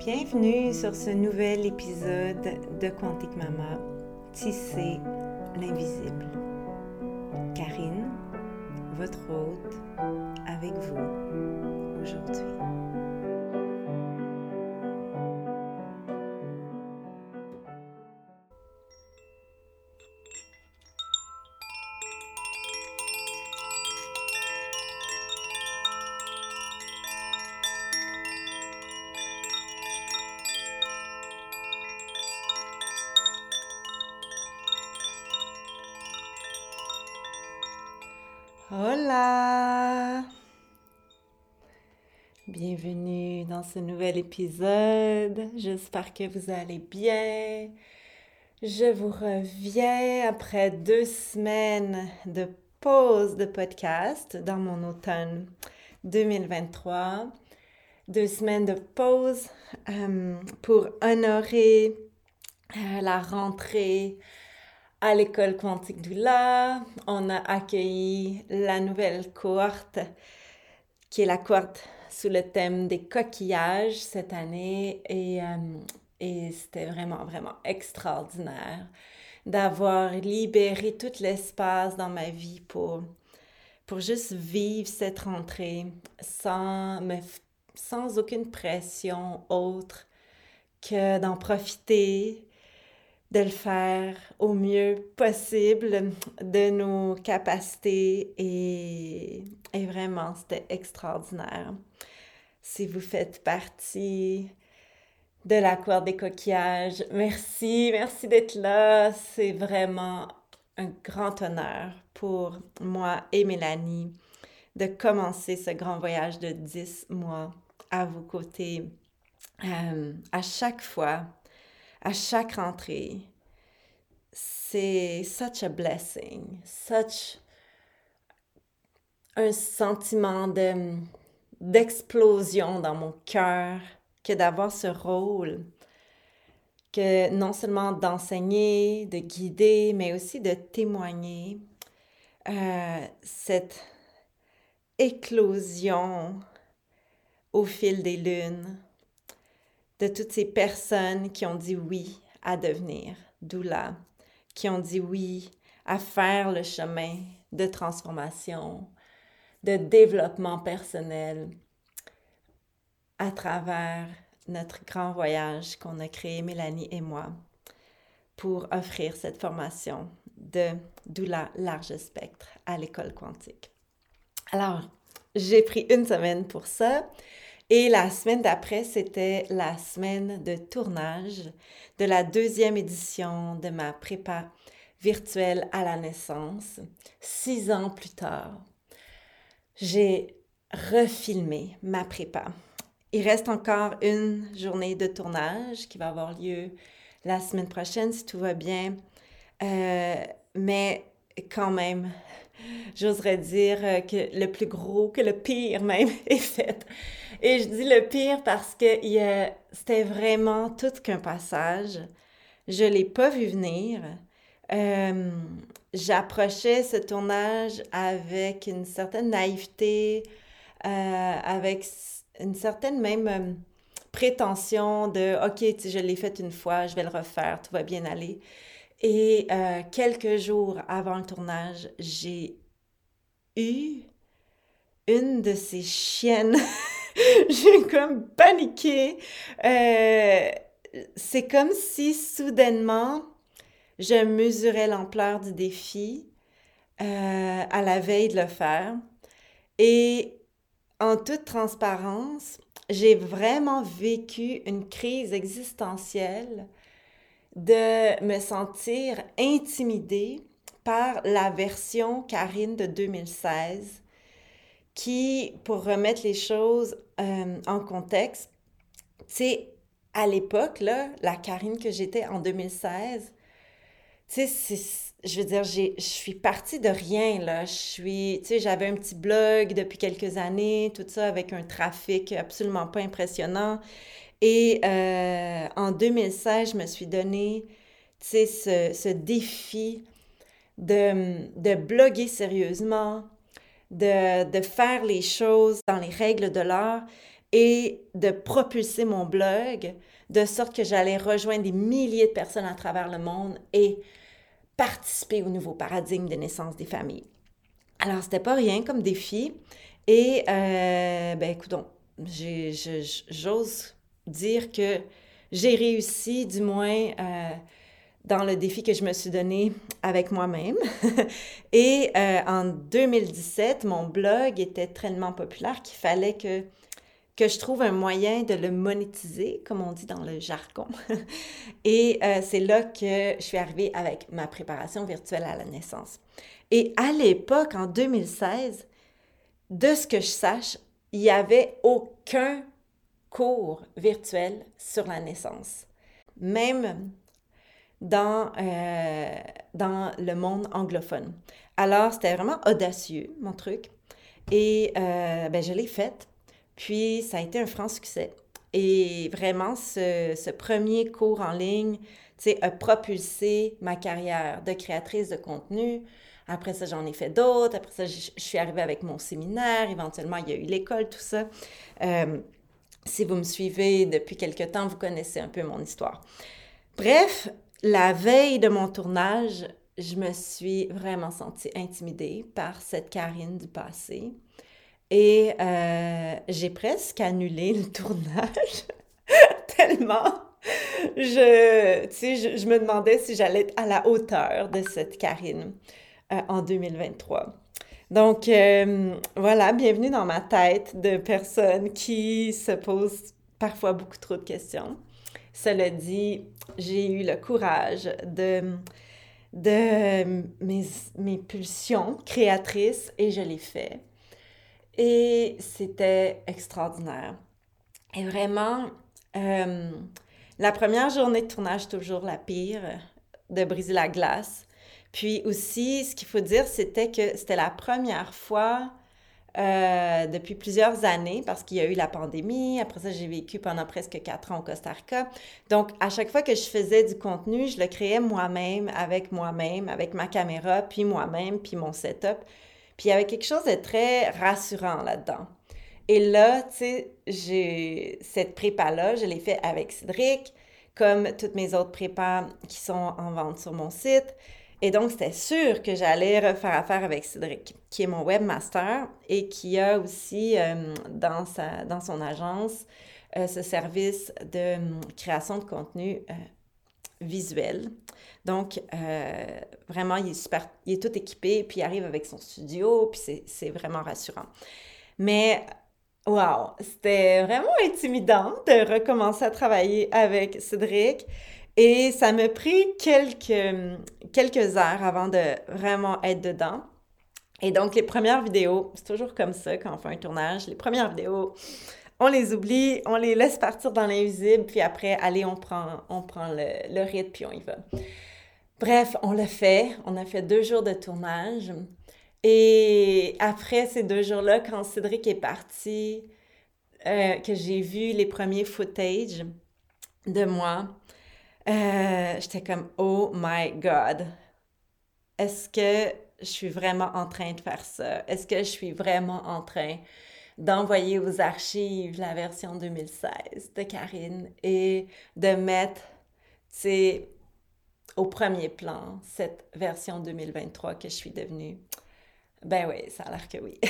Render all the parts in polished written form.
Bienvenue sur ce nouvel épisode de Quantique Mama, Tisser l'invisible. Karine, votre hôte, avec vous aujourd'hui. Hola! Bienvenue dans ce nouvel épisode. J'espère que vous allez bien. Je vous reviens après 2 semaines de pause de podcast dans mon automne 2023. 2 semaines de pause pour honorer la rentrée à l'école Quantique Doula. On a accueilli la nouvelle cohorte, qui est la cohorte sous le thème des coquillages cette année. Et c'était vraiment, vraiment extraordinaire d'avoir libéré tout l'espace dans ma vie pour juste vivre cette rentrée sans aucune pression autre que d'en profiter, de le faire au mieux possible de nos capacités et vraiment, c'était extraordinaire. Si vous faites partie de la cohorte des coquillages, merci d'être là. C'est vraiment un grand honneur pour moi et Mélanie de commencer ce grand voyage de 10 mois à vos côtés à chaque fois. À chaque rentrée, c'est such a blessing, such un sentiment d'explosion dans mon cœur que d'avoir ce rôle, que non seulement d'enseigner, de guider, mais aussi de témoigner cette éclosion au fil des lunes de toutes ces personnes qui ont dit oui à devenir doula, qui ont dit oui à faire le chemin de transformation, de développement personnel à travers notre grand voyage qu'on a créé, Mélanie et moi, pour offrir cette formation de doula large spectre à l'école quantique. Alors, j'ai pris 1 semaine pour ça. Et la semaine d'après, c'était la semaine de tournage de la 2e édition de ma prépa virtuelle à la naissance. 6 ans plus tard, j'ai refilmé ma prépa. Il reste encore une journée de tournage qui va avoir lieu la semaine prochaine si tout va bien. Mais quand même, j'oserais dire que le plus gros, que le pire même est fait. Et je dis le pire parce que c'était vraiment tout qu'un passage. Je ne l'ai pas vu venir. J'approchais ce tournage avec une certaine naïveté, avec une certaine même prétention de « Ok, je l'ai fait une fois, je vais le refaire, tout va bien aller. » Et quelques jours avant le tournage, j'ai eu une de ces chiennes. J'ai comme paniqué. C'est comme si soudainement, je mesurais l'ampleur du défi à la veille de le faire. Et en toute transparence, j'ai vraiment vécu une crise existentielle de me sentir intimidée par la version Karine de 2016 qui, pour remettre les choses en contexte, tu sais, à l'époque, là, la Karine que j'étais en 2016, tu sais, je veux dire, je suis partie de rien, là. Tu sais, j'avais un petit blog depuis quelques années, tout ça, avec un trafic absolument pas impressionnant. Et en 2016, je me suis donné, tu sais, ce défi de bloguer sérieusement, de faire les choses dans les règles de l'art, et de propulser mon blog de sorte que j'allais rejoindre des milliers de personnes à travers le monde et participer au nouveau paradigme de naissance des familles. Alors, c'était pas rien comme défi. Et, ben, écoutons, j'ose dire que j'ai réussi, du moins, dans le défi que je me suis donné avec moi-même. Et en 2017, mon blog était tellement populaire qu'il fallait que je trouve un moyen de le monétiser, comme on dit dans le jargon. Et c'est là que je suis arrivée avec ma préparation virtuelle à la naissance. Et à l'époque, en 2016, de ce que je sache, il n'y avait aucun cours virtuel sur la naissance. Même dans le monde anglophone. Alors, c'était vraiment audacieux, mon truc. Et ben, je l'ai faite. Puis, ça a été un franc succès. Et vraiment, ce premier cours en ligne, tu sais, a propulsé ma carrière de créatrice de contenu. Après ça, j'en ai fait d'autres. Après ça, je suis arrivée avec mon séminaire. Éventuellement, il y a eu l'école, tout ça. Si vous me suivez depuis quelque temps, vous connaissez un peu mon histoire. Bref, la veille de mon tournage, je me suis vraiment sentie intimidée par cette Karine du passé. Et j'ai presque annulé le tournage tellement je me demandais si j'allais être à la hauteur de cette Karine en 2023. Donc voilà, bienvenue dans ma tête de personne qui se pose parfois beaucoup trop de questions. Cela dit, j'ai eu le courage de mes pulsions créatrices et je l'ai fait. Et c'était extraordinaire. Et vraiment, la première journée de tournage, toujours la pire, de briser la glace. Puis aussi, ce qu'il faut dire, c'était que c'était la première fois depuis plusieurs années, parce qu'il y a eu la pandémie. Après ça, j'ai vécu pendant presque 4 ans au Costa Rica. Donc, à chaque fois que je faisais du contenu, je le créais moi-même, avec ma caméra, puis moi-même, puis mon setup. Puis il y avait quelque chose de très rassurant là-dedans. Et là, tu sais, j'ai cette prépa-là, je l'ai fait avec Cédric, comme toutes mes autres prépas qui sont en vente sur mon site. Et donc, c'était sûr que j'allais refaire affaire avec Cédric, qui est mon webmaster et qui a aussi dans son agence ce service de création de contenu visuel. Donc, vraiment, il est tout équipé, puis il arrive avec son studio, puis c'est vraiment rassurant. Mais, wow, c'était vraiment intimidant de recommencer à travailler avec Cédric. Et ça m'a pris quelques heures avant de vraiment être dedans. Et donc, les premières vidéos, c'est toujours comme ça quand on fait un tournage, les premières vidéos, on les oublie, on les laisse partir dans l'invisible, puis après, allez, on prend le rythme, puis on y va. Bref, on l'a fait. On a fait 2 jours de tournage. Et après ces 2 jours-là, quand Cédric est parti, que j'ai vu les premiers footages de moi, j'étais comme, oh my God, est-ce que je suis vraiment en train de faire ça? Est-ce que je suis vraiment en train d'envoyer aux archives la version 2016 de Karine et de mettre, tu sais, au premier plan cette version 2023 que je suis devenue? Ben oui, ça a l'air que oui.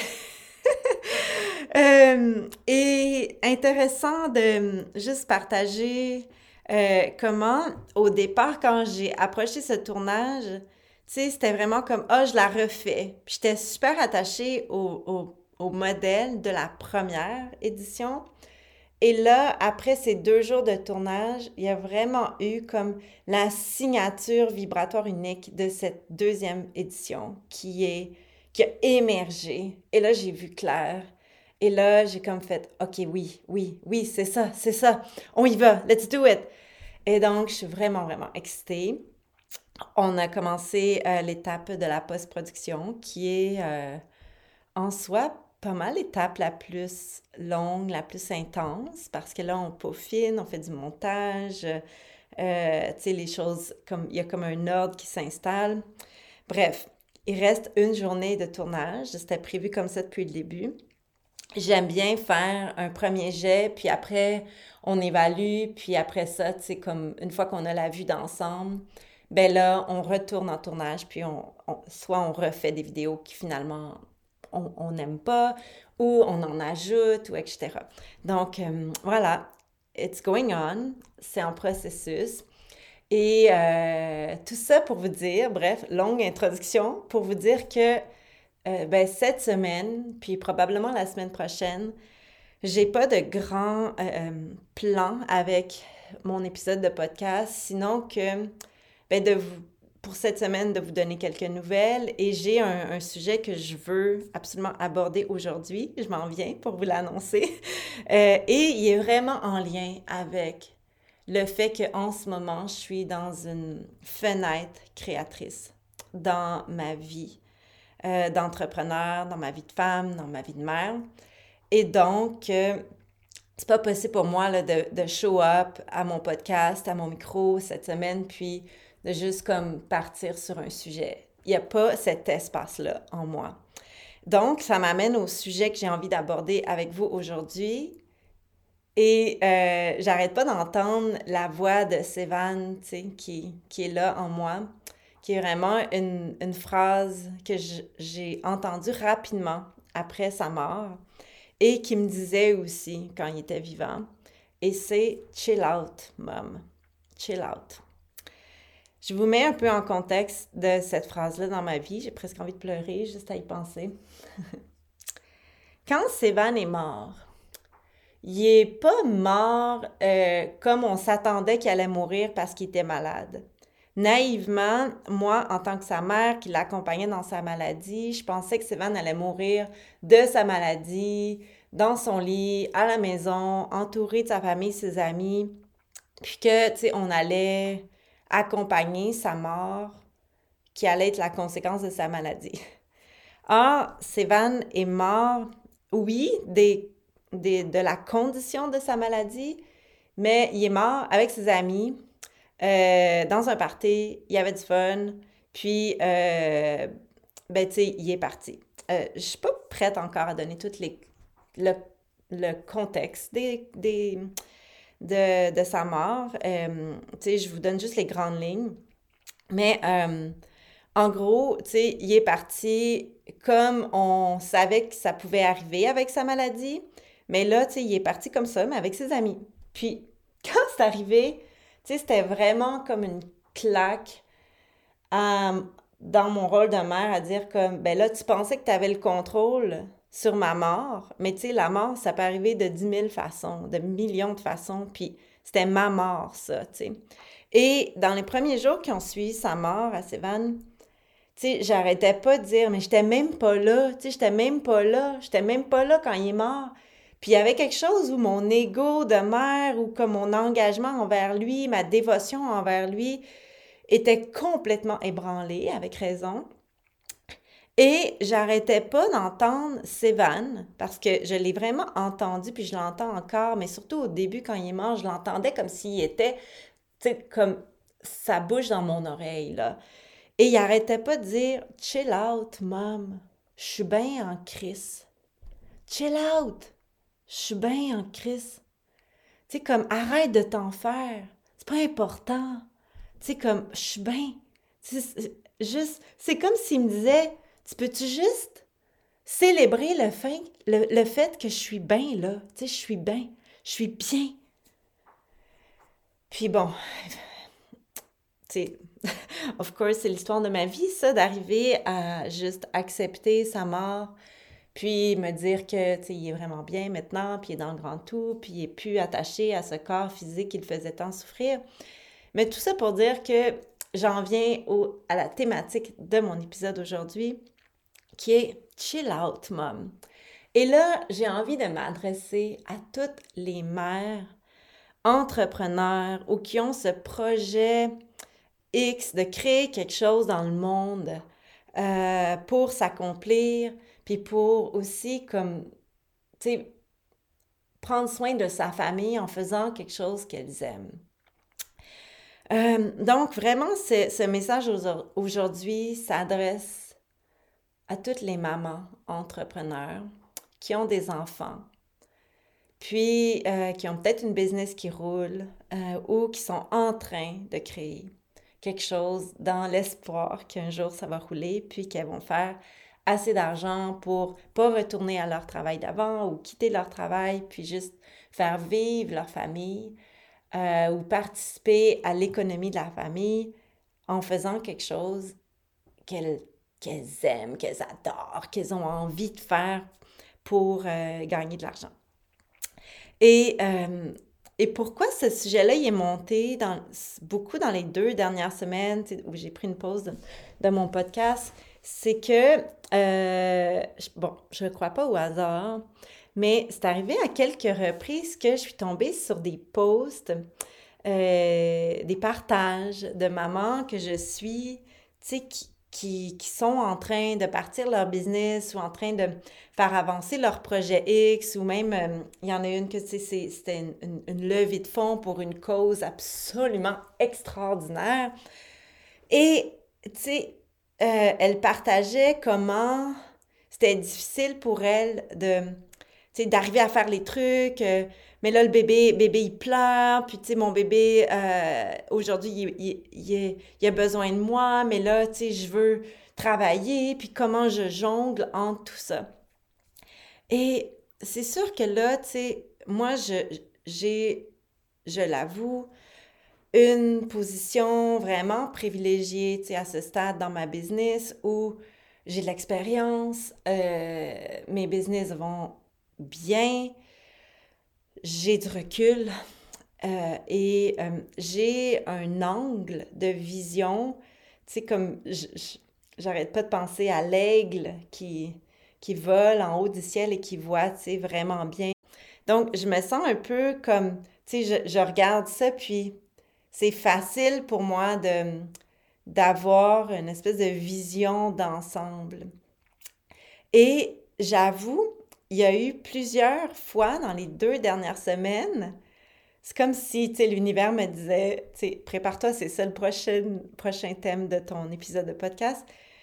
Et intéressant de juste partager comment, au départ, quand j'ai approché ce tournage, tu sais, c'était vraiment comme, ah, je la refais. Puis j'étais super attachée au modèle de la première édition. Et là, après ces 2 jours de tournage, il y a vraiment eu comme la signature vibratoire unique de cette deuxième édition qui a émergé. Et là, j'ai vu clair. Et là, j'ai comme fait, OK, oui, oui, oui, c'est ça, on y va, let's do it. Et donc, je suis vraiment, vraiment excitée. On a commencé l'étape de la post-production qui est en soi pas mal l'étape la plus longue, la plus intense, parce que là, on peaufine, on fait du montage, tu sais, les choses, comme il y a comme un ordre qui s'installe. Bref, il reste une journée de tournage, c'était prévu comme ça depuis le début. j'aime bien faire un premier jet, puis après, on évalue, puis après ça, tu sais, comme une fois qu'on a la vue d'ensemble, ben là, on retourne en tournage, puis soit on refait des vidéos qui finalement, on n'aime pas, ou on en ajoute, ou etc. Donc, voilà, it's going on, c'est en processus. Et tout ça pour vous dire, bref, longue introduction, pour vous dire que ben, cette semaine, puis probablement la semaine prochaine, j'ai pas de grand plan avec mon épisode de podcast, sinon que ben, pour cette semaine, de vous donner quelques nouvelles. Et j'ai un sujet que je veux absolument aborder aujourd'hui. Je m'en viens pour vous l'annoncer. Et il est vraiment en lien avec le fait qu'en ce moment, je suis dans une fenêtre créatrice dans ma vie d'entrepreneur, dans ma vie de femme, dans ma vie de mère. Et donc, c'est pas possible pour moi là, de show up à mon podcast, à mon micro cette semaine, puis de juste comme partir sur un sujet. Il n'y a pas cet espace-là en moi. Donc, ça m'amène au sujet que j'ai envie d'aborder avec vous aujourd'hui. Et j'arrête pas d'entendre la voix de Sévan, tu sais, qui est là en moi, qui est vraiment une phrase que j'ai entendue rapidement après sa mort et qui me disait aussi quand il était vivant. Et c'est chill out, mom. Chill out. Je vous mets un peu en contexte de cette phrase-là dans ma vie. J'ai presque envie de pleurer juste à y penser. Quand Sévan est mort, il est pas mort comme on s'attendait qu'il allait mourir parce qu'il était malade. Naïvement, moi, en tant que sa mère qui l'accompagnait dans sa maladie, je pensais que Sévan allait mourir de sa maladie, dans son lit, à la maison, entouré de sa famille, ses amis, puis que, tu sais, on allait accompagner sa mort qui allait être la conséquence de sa maladie. Or, Sévan est mort, oui, de la condition de sa maladie, mais il est mort avec ses amis, dans un party, il y avait du fun, puis, ben, tu sais, il est parti. Je suis pas prête encore à donner le, le contexte de sa mort. Tu sais, je vous donne juste les grandes lignes. Mais en gros, tu sais, il est parti comme on savait que ça pouvait arriver avec sa maladie. Mais là, tu sais, il est parti comme ça, mais avec ses amis. Puis, quand c'est arrivé, tu sais, c'était vraiment comme une claque euh, dans mon rôle de mère à dire comme, ben là, tu pensais que tu avais le contrôle sur ma mort, mais tu sais, la mort, ça peut arriver de 10 000 façons, de millions de façons, puis c'était ma mort, ça, tu sais. Et dans les premiers jours qui ont suivi sa mort à Sévan, tu sais, j'arrêtais pas de dire, mais j'étais même pas là, tu sais, j'étais même pas là quand il est mort. Puis il y avait quelque chose où mon ego de mère ou comme mon engagement envers lui, ma dévotion envers lui était complètement ébranlé, avec raison. Et j'arrêtais pas d'entendre Sévan, parce que je l'ai vraiment entendu, puis je l'entends encore, mais surtout au début, quand il est mort, je l'entendais comme s'il était, tu sais, comme sa bouche dans mon oreille, là. Et il arrêtait pas de dire chill out, mom. Je suis bien en crise. Chill out. Je suis bien en crise. Tu sais, comme arrête de t'en faire. C'est pas important. Tu sais, comme je suis bien. Juste, c'est comme s'il me disait tu peux-tu juste célébrer le fait que je suis bien là. Tu sais, je suis bien. Je suis bien. Puis bon, tu sais, of course, c'est l'histoire de ma vie, ça, d'arriver à juste accepter sa mort, puis me dire que, tu sais, il est vraiment bien maintenant, puis il est dans le grand tout, puis il est plus attaché à ce corps physique qui le faisait tant souffrir. Mais tout ça pour dire que j'en viens à la thématique de mon épisode aujourd'hui, qui est Chill Out, Mom. Et là, j'ai envie de m'adresser à toutes les mères entrepreneurs ou qui ont ce projet X de créer quelque chose dans le monde pour s'accomplir, puis pour aussi comme, tu sais, prendre soin de sa famille en faisant quelque chose qu'elles aiment. Donc, vraiment, ce message aujourd'hui s'adresse à toutes les mamans entrepreneurs qui ont des enfants, puis qui ont peut-être une business qui roule ou qui sont en train de créer quelque chose dans l'espoir qu'un jour ça va rouler, puis qu'elles vont faire assez d'argent pour pas retourner à leur travail d'avant ou quitter leur travail, puis juste faire vivre leur famille ou participer à l'économie de la famille en faisant quelque chose qu'elles qu'elles aiment, qu'elles adorent, qu'elles ont envie de faire pour gagner de l'argent. Et, euh, et pourquoi ce sujet-là il est monté beaucoup dans les 2 dernières semaines où j'ai pris une pause de mon podcast, c'est que, bon, je ne crois pas au hasard, mais c'est arrivé à quelques reprises que je suis tombée sur des posts, des partages de mamans que je suis, tu sais, qui sont en train de partir leur business ou en train de faire avancer leur projet X ou même, il y en a une que c'était une levée de fonds pour une cause absolument extraordinaire. Et, tu sais, elle partageait comment c'était difficile pour elle tu sais, d'arriver à faire les trucs. Mais là, le bébé, il pleure. Puis, tu sais, mon bébé, aujourd'hui, il a besoin de moi. Mais là, tu sais, je veux travailler. Puis, comment je jongle entre tout ça. Et c'est sûr que là, tu sais, moi, j'ai, je l'avoue, une position vraiment privilégiée, tu sais, à ce stade dans ma business où j'ai de l'expérience, mes business vont bien, j'ai du recul et j'ai un angle de vision, tu sais, comme j'arrête pas de penser à l'aigle qui vole en haut du ciel et qui voit, tu sais, vraiment bien. Donc, je me sens un peu comme, tu sais, je regarde ça, puis c'est facile pour moi d'avoir une espèce de vision d'ensemble. Et j'avoue, il y a eu plusieurs fois dans les 2 dernières semaines, c'est comme si, tu sais, l'univers me disait, tu sais, prépare-toi, c'est ça le prochain thème de ton épisode de podcast.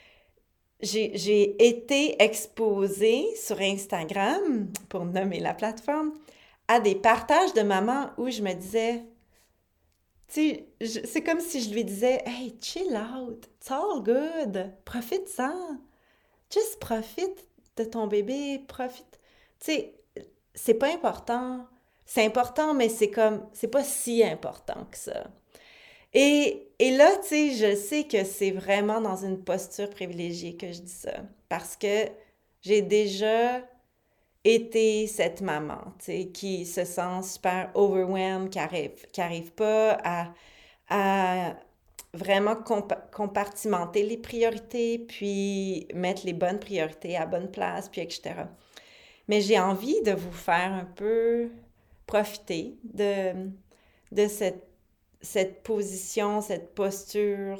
J'ai été exposée sur Instagram, pour nommer la plateforme, à des partages de mamans où je me disais, tu sais, c'est comme si je lui disais, hey, chill out, it's all good, profite-en, juste profite de ton bébé, profite. Tu sais, c'est pas important, c'est important, mais c'est comme, c'est pas si important que ça. Et là, tu sais, je sais que c'est vraiment dans une posture privilégiée que je dis ça, parce que j'ai déjà été cette maman, tu sais, qui se sent super overwhelmed, qui arrive pas à vraiment compartimenter les priorités, puis mettre les bonnes priorités à bonne place, puis etc. Mais j'ai envie de vous faire un peu profiter de cette position, cette posture,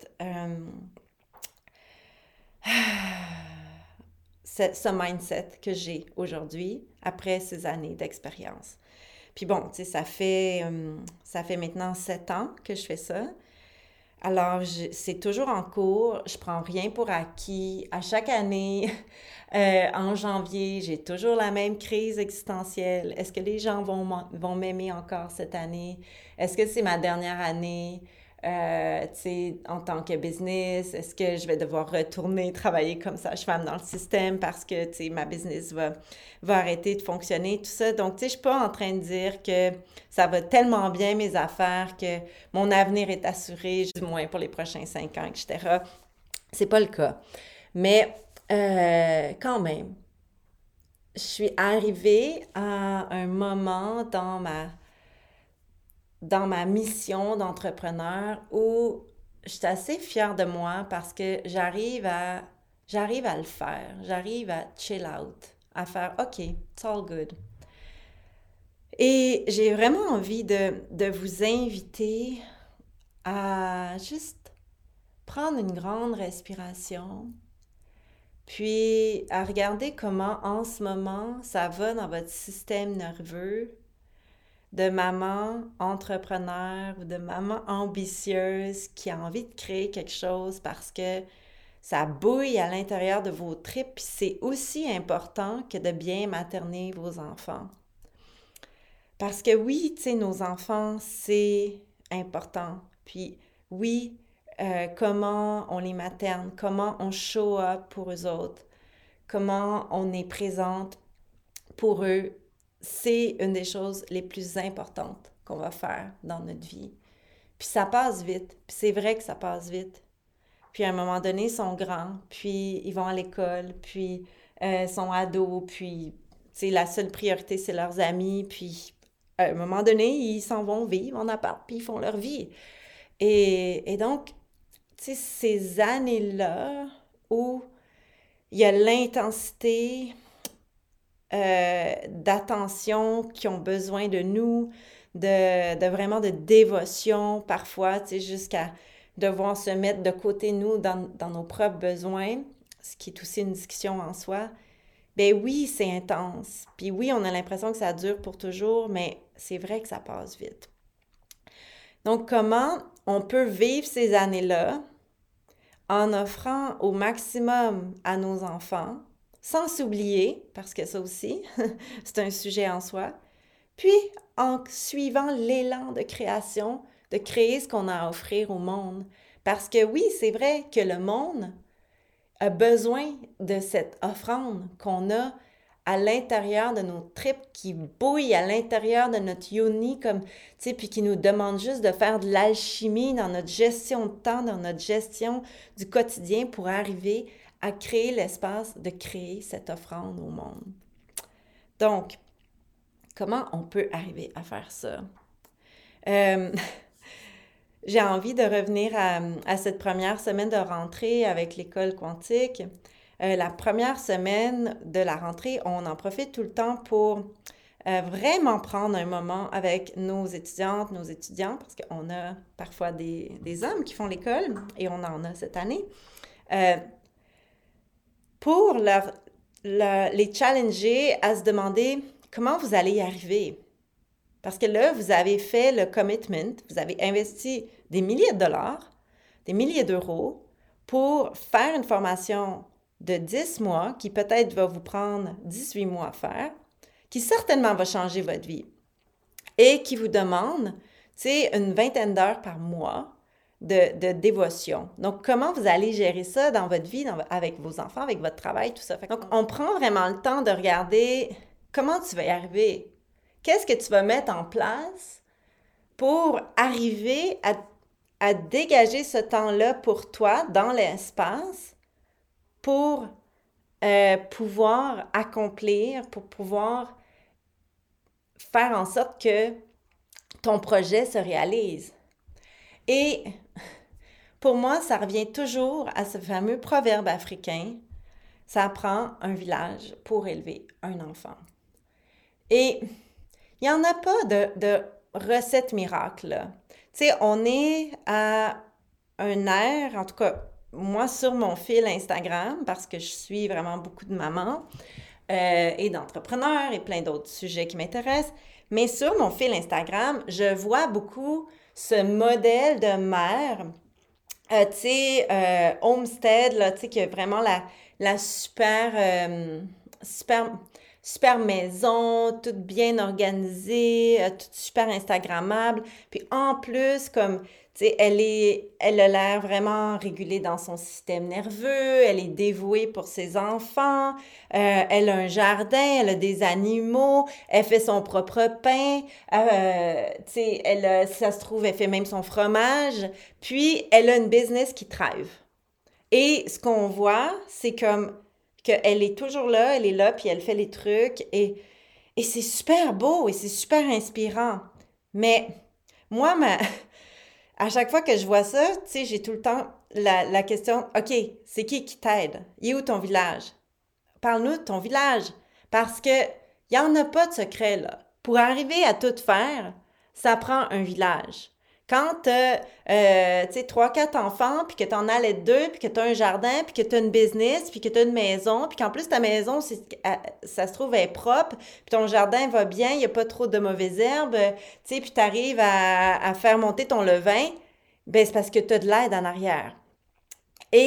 ce mindset que j'ai aujourd'hui après ces années d'expérience. Puis bon, tu sais, ça fait maintenant 7 ans que je fais ça. Alors, c'est toujours en cours. Je prends rien pour acquis. À chaque année, en janvier, j'ai toujours la même crise existentielle. Est-ce que les gens vont m'aimer encore cette année? Est-ce que c'est ma dernière année, tu sais, en tant que business? Est-ce que je vais devoir retourner travailler comme sage-femme dans le système parce que, tu sais, ma business va arrêter de fonctionner, tout ça. Donc, tu sais, je suis pas en train de dire que ça va tellement bien mes affaires que mon avenir est assuré, du moins pour les prochains 5 ans, etc. C'est pas le cas. Mais quand même, je suis arrivée à un moment dans ma mission d'entrepreneur où je suis assez fière de moi parce que j'arrive à le faire. J'arrive à chill out, à faire OK, it's all good. Et j'ai vraiment envie de vous inviter à juste prendre une grande respiration, puis à regarder comment en ce moment ça va dans votre système nerveux de maman entrepreneur ou de maman ambitieuse qui a envie de créer quelque chose parce que ça bouille à l'intérieur de vos tripes, puis c'est aussi important que de bien materner vos enfants. Parce que oui, tu sais, nos enfants, c'est important. Puis oui, comment on les materne, comment on show up pour eux autres, comment on est présente pour eux, c'est une des choses les plus importantes qu'on va faire dans notre vie. Puis ça passe vite, puis c'est vrai que ça passe vite. Puis à un moment donné, ils sont grands, puis ils vont à l'école, puis sont ados, puis la seule priorité, c'est leurs amis, puis à un moment donné, ils s'en vont vivre en appart, puis ils font leur vie. Et donc, tu sais, ces années-là où il y a l'intensité d'attention qui ont besoin de nous, de vraiment de dévotion parfois, tu sais, jusqu'à devoir se mettre de côté nous dans nos propres besoins, ce qui est aussi une discussion en soi. Ben oui, c'est intense. Puis oui, on a l'impression que ça dure pour toujours, mais c'est vrai que ça passe vite. Donc, comment on peut vivre ces années-là en offrant au maximum à nos enfants, sans s'oublier, parce que ça aussi, c'est un sujet en soi, puis en suivant l'élan de création, de créer ce qu'on a à offrir au monde. Parce que oui, c'est vrai que le monde a besoin de cette offrande qu'on a à l'intérieur de nos tripes, qui bouillent à l'intérieur de notre yoni, comme, tu sais, puis qui nous demande juste de faire de l'alchimie dans notre gestion de temps, dans notre gestion du quotidien pour arriver à créer l'espace de créer cette offrande au monde. Donc, comment on peut arriver à faire ça? J'ai envie de revenir à cette première semaine de rentrée avec l'école quantique. La première semaine de la rentrée, on en profite tout le temps pour vraiment prendre un moment avec nos étudiantes, nos étudiants, parce qu'on a parfois des hommes qui font l'école, et on en a cette année, pour les challenger à se demander comment vous allez y arriver. Parce que là, vous avez fait le commitment, vous avez investi des milliers de dollars, des milliers d'euros pour faire une formation de 10 mois qui peut-être va vous prendre 18 mois à faire, qui certainement va changer votre vie et qui vous demande, tu sais, une vingtaine d'heures par mois de dévotion. Donc, comment vous allez gérer ça dans votre vie, avec vos enfants, avec votre travail, tout ça. Donc, on prend vraiment le temps de regarder comment tu vas y arriver. Qu'est-ce que tu vas mettre en place pour arriver à dégager ce temps-là pour toi dans l'espace pour pouvoir accomplir, pour pouvoir faire en sorte que ton projet se réalise. Et pour moi, ça revient toujours à ce fameux proverbe africain, ça prend un village pour élever un enfant. Et il n'y en a pas de recette miracle, là. Tu sais, on est à un air, en tout cas, moi, sur mon fil Instagram, parce que je suis vraiment beaucoup de mamans et d'entrepreneurs et plein d'autres sujets qui m'intéressent, mais sur mon fil Instagram, je vois beaucoup ce modèle de mère, tu sais, homestead, là, tu sais, qui a vraiment la super maison, toute bien organisée, toute super instagrammable. Puis en plus, comme, tu sais, elle a l'air vraiment régulée dans son système nerveux, elle est dévouée pour ses enfants, elle a un jardin, elle a des animaux, elle fait son propre pain, tu sais, si ça se trouve, elle fait même son fromage, puis elle a une business qui thrive. Et ce qu'on voit, c'est comme qu'elle est toujours là, elle est là, puis elle fait les trucs, et c'est super beau, et c'est super inspirant. Mais moi, à chaque fois que je vois ça, tu sais, j'ai tout le temps la question, OK, c'est qui t'aide? Il est où ton village? Parle-nous de ton village. Parce que il n'y en a pas de secret, là. Pour arriver à tout faire, ça prend un village. Quand tu as, tu sais, 3, 4 enfants, puis que tu en allaites 2, puis que tu as un jardin, puis que tu as une business, puis que tu as une maison, puis qu'en plus ta maison, ça se trouve, elle est propre, puis ton jardin va bien, il n'y a pas trop de mauvaises herbes, tu sais, puis tu arrives à faire monter ton levain, ben c'est parce que tu as de l'aide en arrière. Et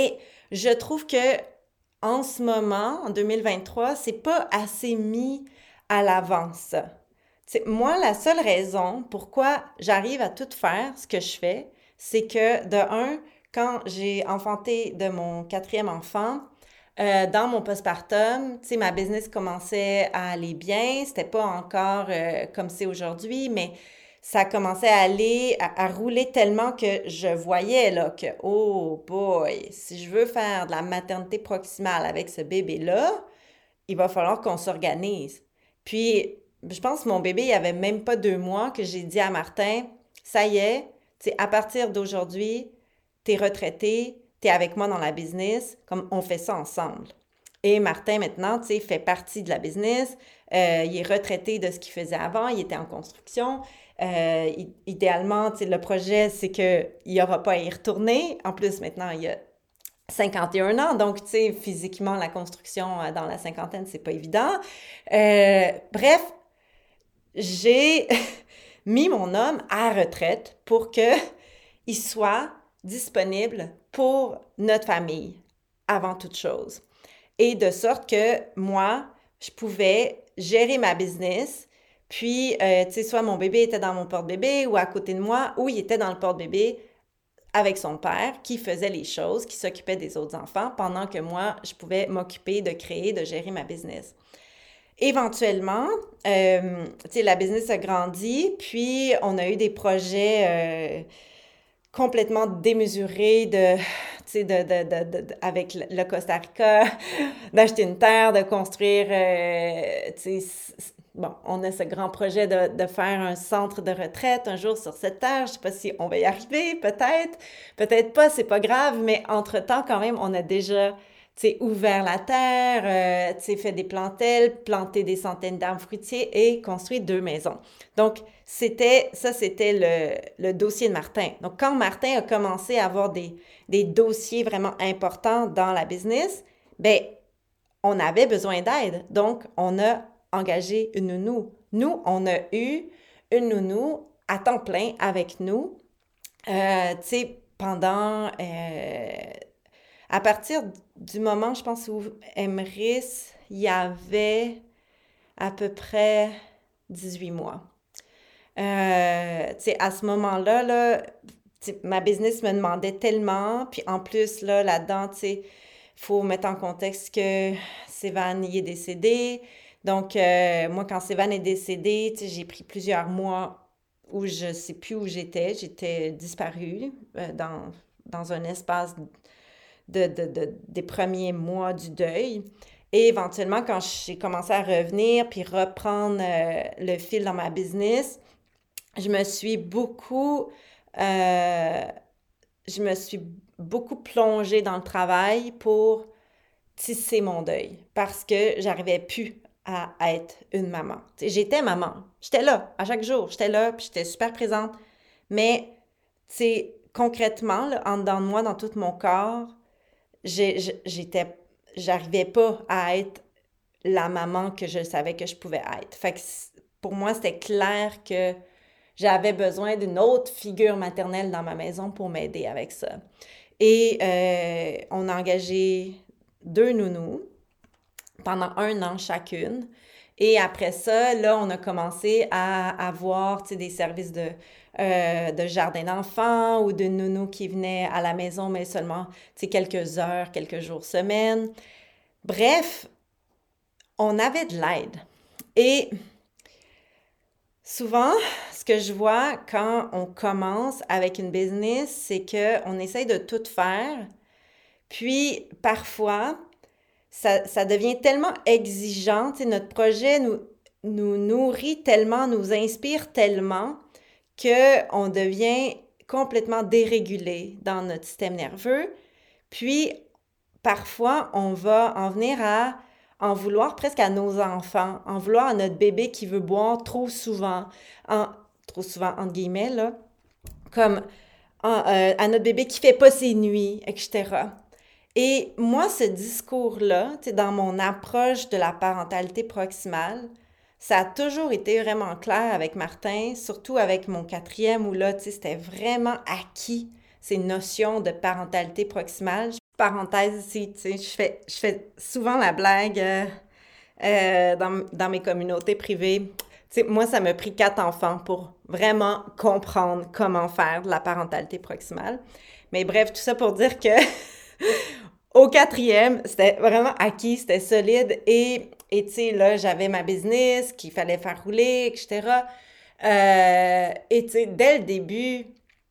je trouve que en ce moment, en 2023, c'est pas assez mis à l'avance. Moi, la seule raison pourquoi j'arrive à tout faire ce que je fais, c'est que, de un, quand j'ai enfanté de mon quatrième enfant, dans mon postpartum, tu sais, ma business commençait à aller bien. C'était pas encore comme c'est aujourd'hui, mais ça commençait à aller, à rouler tellement que je voyais là que, oh boy, si je veux faire de la maternité proximale avec ce bébé-là, il va falloir qu'on s'organise. Puis, je pense que mon bébé, il avait même pas 2 mois que j'ai dit à Martin, ça y est, tu sais, à partir d'aujourd'hui, t'es retraité, t'es avec moi dans la business, comme on fait ça ensemble. Et Martin, maintenant, tu sais, fait partie de la business. Il est retraité de ce qu'il faisait avant. Il était en construction. Idéalement, tu sais, le projet, c'est qu'il n'y aura pas à y retourner. En plus, maintenant, il y a 51 ans, donc, tu sais, physiquement, la construction dans la cinquantaine, c'est pas évident. Bref, j'ai mis mon homme à retraite pour qu'il soit disponible pour notre famille avant toute chose. Et de sorte que moi, je pouvais gérer ma business, puis, tu sais, soit mon bébé était dans mon porte-bébé ou à côté de moi, ou il était dans le porte-bébé avec son père qui faisait les choses, qui s'occupait des autres enfants, pendant que moi, je pouvais m'occuper de créer, de gérer ma business. Éventuellement, tu sais, la business a grandi, puis on a eu des projets complètement démesurés de, tu sais, avec le Costa Rica, d'acheter une terre, de construire, tu sais, bon, on a ce grand projet de faire un centre de retraite un jour sur cette terre. Je sais pas si on va y arriver, peut-être, peut-être pas, c'est pas grave, mais entre-temps, quand même, on a déjà, tu sais, ouvert la terre, tu sais, fait des plantelles, planté des centaines d'arbres fruitiers et construit 2 maisons. Donc, c'était le dossier de Martin. Donc, quand Martin a commencé à avoir des dossiers vraiment importants dans la business, ben, on avait besoin d'aide. Donc, on a engagé une nounou. Nous, on a eu une nounou à temps plein avec nous, tu sais, pendant... à partir du moment, je pense, où Emrys, il y avait à peu près 18 mois. Tu sais, à ce moment-là, là, ma business me demandait tellement, puis en plus, là, là-dedans, tu sais, il faut mettre en contexte que Sévan y est décédé. Donc, moi, quand Sévan est décédé, tu sais, j'ai pris plusieurs mois où je ne sais plus où j'étais. J'étais disparue dans un espace des premiers mois du deuil. Et éventuellement, quand j'ai commencé à revenir puis reprendre le fil dans ma business, je me suis beaucoup, euh, je me suis beaucoup plongée dans le travail pour tisser mon deuil parce que j'arrivais plus à être une maman. T'sais, j'étais maman, j'étais là à chaque jour, j'étais là puis j'étais super présente, mais concrètement, là, en dedans de moi, dans tout mon corps, j'étais, j'arrivais pas à être la maman que je savais que je pouvais être. Fait que pour moi, c'était clair que j'avais besoin d'une autre figure maternelle dans ma maison pour m'aider avec ça. Et on a engagé 2 nounous pendant 1 an chacune. Et après ça, là, on a commencé à avoir, tu sais, des services de jardin d'enfants ou de nounous qui venaient à la maison, mais seulement, tu sais, quelques heures, quelques jours, semaine. Bref, on avait de l'aide. Et souvent, ce que je vois quand on commence avec une business, c'est qu'on essaye de tout faire. Puis, parfois, ça devient tellement exigeant. Tu sais, notre projet nous nourrit tellement, nous inspire tellement qu'on devient complètement dérégulé dans notre système nerveux. Puis, parfois, on va en venir à en vouloir presque à nos enfants, en vouloir à notre bébé qui veut boire trop souvent, entre guillemets, là, comme à notre bébé qui fait pas ses nuits, etc. Et moi, ce discours-là, tu sais, dans mon approche de la parentalité proximale, ça a toujours été vraiment clair avec Martin, surtout avec mon quatrième, où là, tu sais, c'était vraiment acquis ces notions de parentalité proximale. parenthèse ici, tu sais, je fais souvent la blague dans mes communautés privées. Tu sais, moi, ça m'a pris 4 enfants pour vraiment comprendre comment faire de la parentalité proximale. Mais bref, tout ça pour dire que au quatrième, c'était vraiment acquis, c'était solide. Et tu sais, là, j'avais ma business qu'il fallait faire rouler, etc. Et tu sais, dès le début,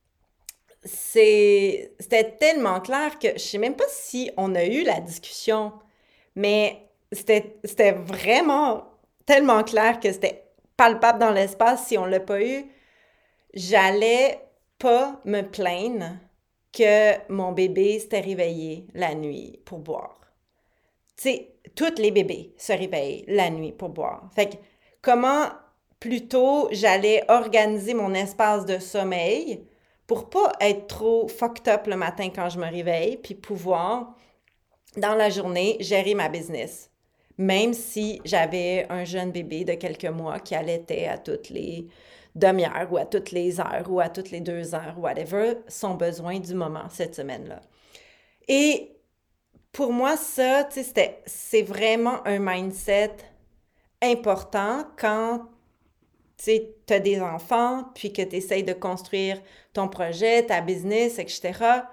c'était tellement clair que je sais même pas si on a eu la discussion, mais c'était vraiment tellement clair que c'était palpable dans l'espace. Si on l'a pas eu, j'allais pas me plaindre que mon bébé s'était réveillé la nuit pour boire. Tu sais, tous les bébés se réveillent la nuit pour boire. Fait que comment plutôt j'allais organiser mon espace de sommeil pour pas être trop fucked up le matin quand je me réveille, puis pouvoir, dans la journée, gérer ma business. Même si j'avais un jeune bébé de quelques mois qui allaitait à toutes les demi-heures ou à toutes les heures ou à toutes les 2 heures, whatever, son besoin du moment cette semaine-là. Et pour moi, ça, tu sais, c'est vraiment un mindset important quand tu as des enfants, puis que tu essayes de construire ton projet, ta business, etc.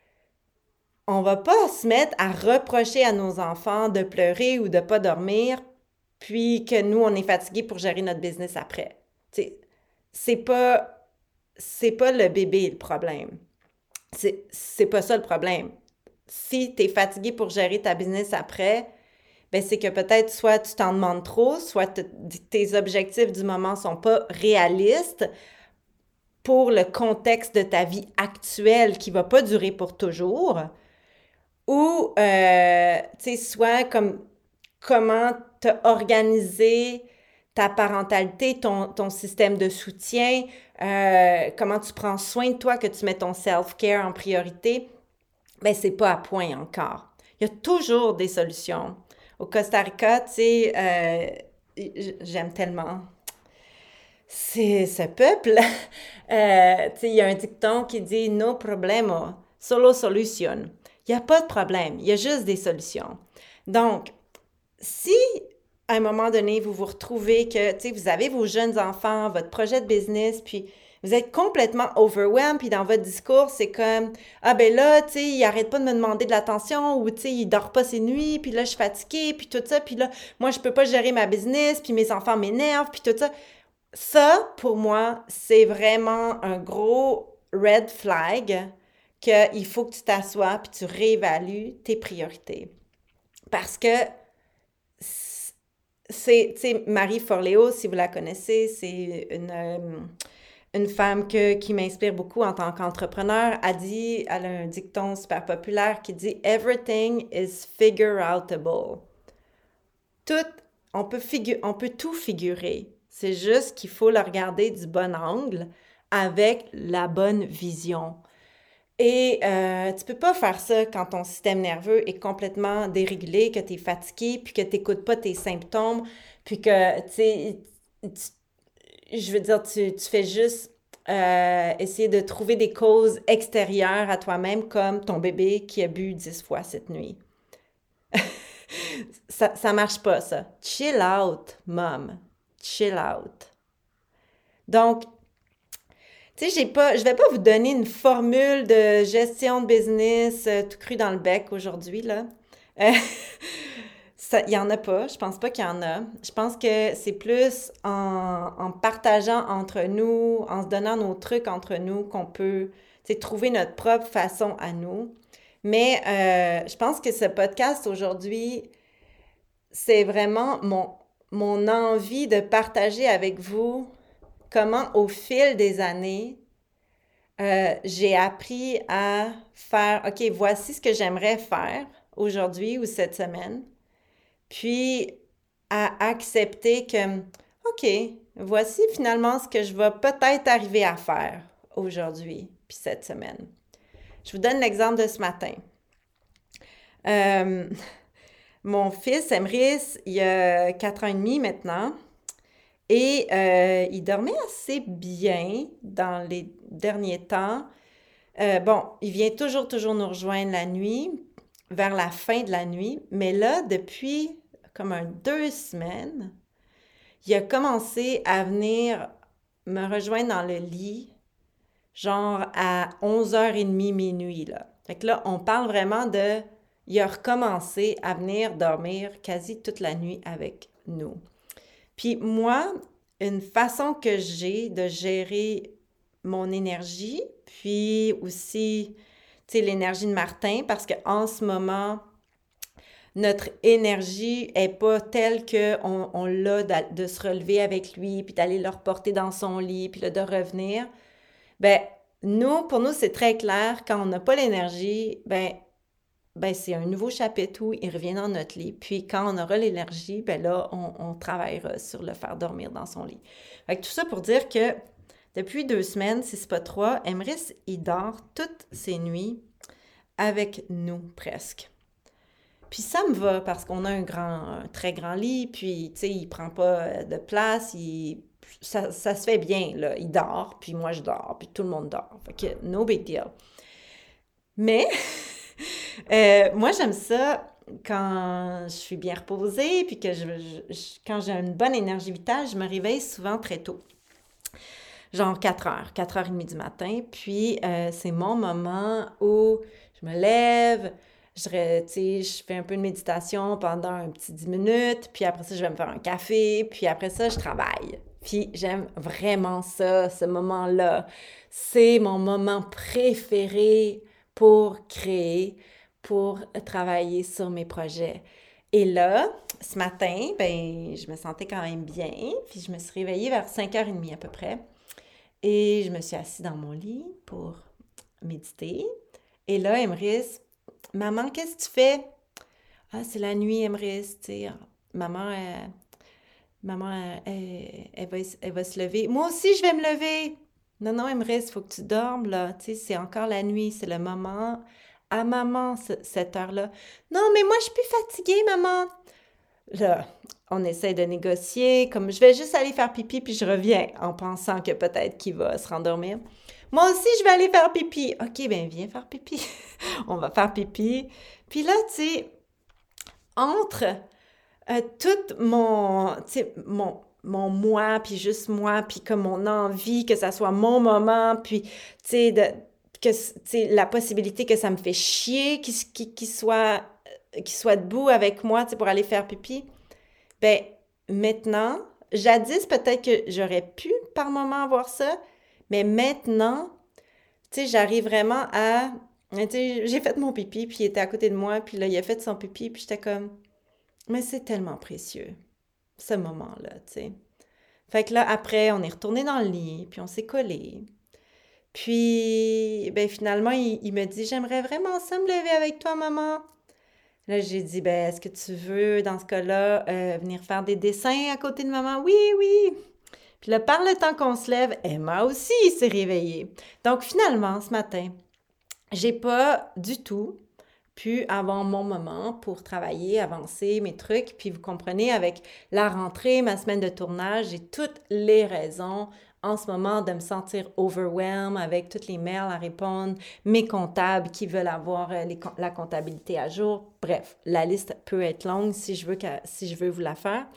On va pas se mettre à reprocher à nos enfants de pleurer ou de pas dormir, puis que nous, on est fatigués pour gérer notre business après. Tu sais, c'est pas, c'est pas le bébé le problème. C'est pas ça le problème. Si tu es fatigué pour gérer ta business après, ben c'est que peut-être soit tu t'en demandes trop, soit tes objectifs du moment sont pas réalistes pour le contexte de ta vie actuelle qui va pas durer pour toujours, ou, tu sais, soit comme comment tu as organisé ta parentalité, ton système de soutien, comment tu prends soin de toi, que tu mets ton self-care en priorité, ben c'est pas à point encore. Il y a toujours des solutions. Au Costa Rica, tu sais, j'aime tellement c'est ce peuple. Tu sais, il y a un dicton qui dit no problema, solo solution. Il n'y a pas de problème, il y a juste des solutions. Donc, si à un moment donné, vous vous retrouvez que, tu sais, vous avez vos jeunes enfants, votre projet de business, puis vous êtes complètement overwhelmed, puis dans votre discours, c'est comme, ah ben là, tu sais, il arrête pas de me demander de l'attention, ou tu sais, il dort pas ses nuits, puis là, je suis fatiguée, puis tout ça, puis là, moi, je peux pas gérer ma business, puis mes enfants m'énervent, puis tout ça. Ça, pour moi, c'est vraiment un gros red flag qu'il faut que tu t'assoies puis tu réévalues tes priorités. Parce que c'est, tu sais, Marie Forleo, si vous la connaissez, c'est une femme qui m'inspire beaucoup en tant qu'entrepreneur. Elle a un dicton super populaire qui dit Everything is figure outable. Tout, on peut tout figurer. C'est juste qu'il faut le regarder du bon angle avec la bonne vision. Et tu peux pas faire ça quand ton système nerveux est complètement dérégulé, que tu es fatigué, puis que tu n'écoutes pas tes symptômes, puis que, tu sais, je veux dire, tu fais juste essayer de trouver des causes extérieures à toi-même, comme ton bébé qui a bu 10 fois cette nuit. Ça marche pas, ça. Chill out, mom. Chill out. Donc, tu sais, je vais pas vous donner une formule de gestion de business tout cru dans le bec aujourd'hui, là. Euh, il y en a pas. Je pense pas qu'il y en a. Je pense que c'est plus en partageant entre nous, en se donnant nos trucs entre nous qu'on peut, tu sais, trouver notre propre façon à nous. Mais je pense que ce podcast aujourd'hui, c'est vraiment mon envie de partager avec vous comment au fil des années, j'ai appris à faire, OK, voici ce que j'aimerais faire aujourd'hui ou cette semaine, puis à accepter que, OK, voici finalement ce que je vais peut-être arriver à faire aujourd'hui, puis cette semaine. Je vous donne l'exemple de ce matin. Euh, Mon fils, Emrys, il a 4 ans et demi maintenant. Et il dormait assez bien dans les derniers temps. Bon, il vient toujours nous rejoindre la nuit. vers la fin de la nuit. Mais là, depuis comme 2 semaines, il a commencé à venir me rejoindre dans le lit, genre à 11h30, minuit, là. Fait que là, on parle vraiment de... Il a recommencé à venir dormir quasi toute la nuit avec nous. Puis moi, une façon que j'ai de gérer mon énergie, puis aussi, tu sais, l'énergie de Martin, parce qu'en ce moment, notre énergie est pas telle qu'on on l'a de se relever avec lui, puis d'aller le reporter dans son lit, puis là, de revenir. Ben, pour nous, c'est très clair, quand on n'a pas l'énergie, ben c'est un nouveau chapitre où il revient dans notre lit. Puis quand on aura l'énergie, ben là, on travaillera sur le faire dormir dans son lit. Fait que tout ça pour dire que depuis 2 semaines, si c'est pas 3, Emrys, il dort toutes ses nuits avec nous, presque. Puis ça me va parce qu'on a un très grand lit, puis tu sais, il prend pas de place, ça se fait bien, là. Il dort, puis moi je dors, puis tout le monde dort. Fait que no big deal. Mais moi j'aime ça quand je suis bien reposée, puis que quand j'ai une bonne énergie vitale, je me réveille souvent très tôt. Genre 4h30 du matin. Puis c'est mon moment où je me lève, tu sais, je fais un peu de méditation pendant un petit 10 minutes, puis après ça, je vais me faire un café, puis après ça, je travaille. Puis j'aime vraiment ça, ce moment-là. C'est mon moment préféré pour créer, pour travailler sur mes projets. Et là, ce matin, ben, je me sentais quand même bien, puis je me suis réveillée vers 5h30 à peu près. Et je me suis assise dans mon lit pour méditer. Et là, Emrys, maman, qu'est-ce que tu fais? Ah, c'est la nuit, Emrys, tu sais. Maman, elle va se lever. Moi aussi, je vais me lever. Non, non, Emrys, il faut que tu dormes, là. Tu sais, c'est encore la nuit, c'est le moment à maman, cette heure-là. Non, mais moi, je suis plus fatiguée, maman. Là, on essaie de négocier, comme je vais juste aller faire pipi, puis je reviens en pensant que peut-être qu'il va se rendormir. Moi aussi, je vais aller faire pipi. OK, ben viens faire pipi. On va faire pipi. Puis là, tu sais, entre tout mon moi, puis juste moi, puis comme mon envie que ça soit mon moment, puis, tu sais, tu sais, la possibilité que ça me fait chier qu'il soit debout avec moi, tu sais, pour aller faire pipi. Ben, maintenant, jadis, peut-être que j'aurais pu par moment avoir ça, mais maintenant, tu sais, j'arrive vraiment à... Tu sais, j'ai fait mon pipi, puis il était à côté de moi, puis là, il a fait son pipi, puis j'étais comme... Mais c'est tellement précieux, ce moment-là, tu sais. Fait que là, après, on est retourné dans le lit, puis on s'est collé. Puis, ben finalement, il me dit, j'aimerais vraiment ça me lever avec toi, maman. Là, j'ai dit, ben, est-ce que tu veux, dans ce cas-là, venir faire des dessins à côté de maman? Oui, oui. Puis là, par le temps qu'on se lève, Emma aussi s'est réveillée. Donc, finalement, ce matin, j'ai pas du tout pu avoir mon moment pour travailler, avancer mes trucs. Puis vous comprenez, avec la rentrée, ma semaine de tournage, j'ai toutes les raisons en ce moment de me sentir overwhelmed avec toutes les mails à répondre, mes comptables qui veulent avoir la comptabilité à jour. Bref, la liste peut être longue si je veux vous la faire.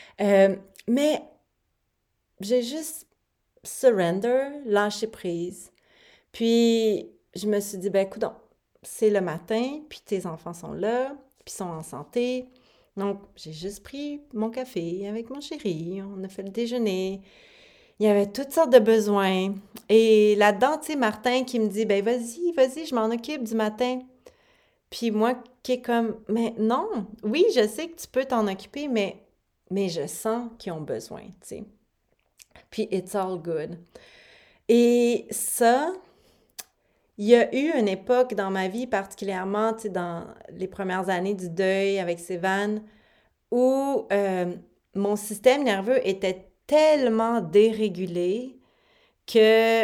Mais j'ai juste surrender, lâcher prise. Puis je me suis dit, ben écoute, c'est le matin, puis tes enfants sont là, puis sont en santé. Donc, j'ai juste pris mon café avec mon chéri, on a fait le déjeuner. Il y avait toutes sortes de besoins. Et là-dedans, tu sais, Martin qui me dit, ben vas-y, je m'en occupe du matin. Puis moi qui est comme, mais non, oui, je sais que tu peux t'en occuper, mais je sens qu'ils ont besoin, tu sais. Puis it's all good. Et ça, il y a eu une époque dans ma vie, particulièrement, tu sais, dans les premières années du deuil avec Sévan, où mon système nerveux était tellement dérégulé que,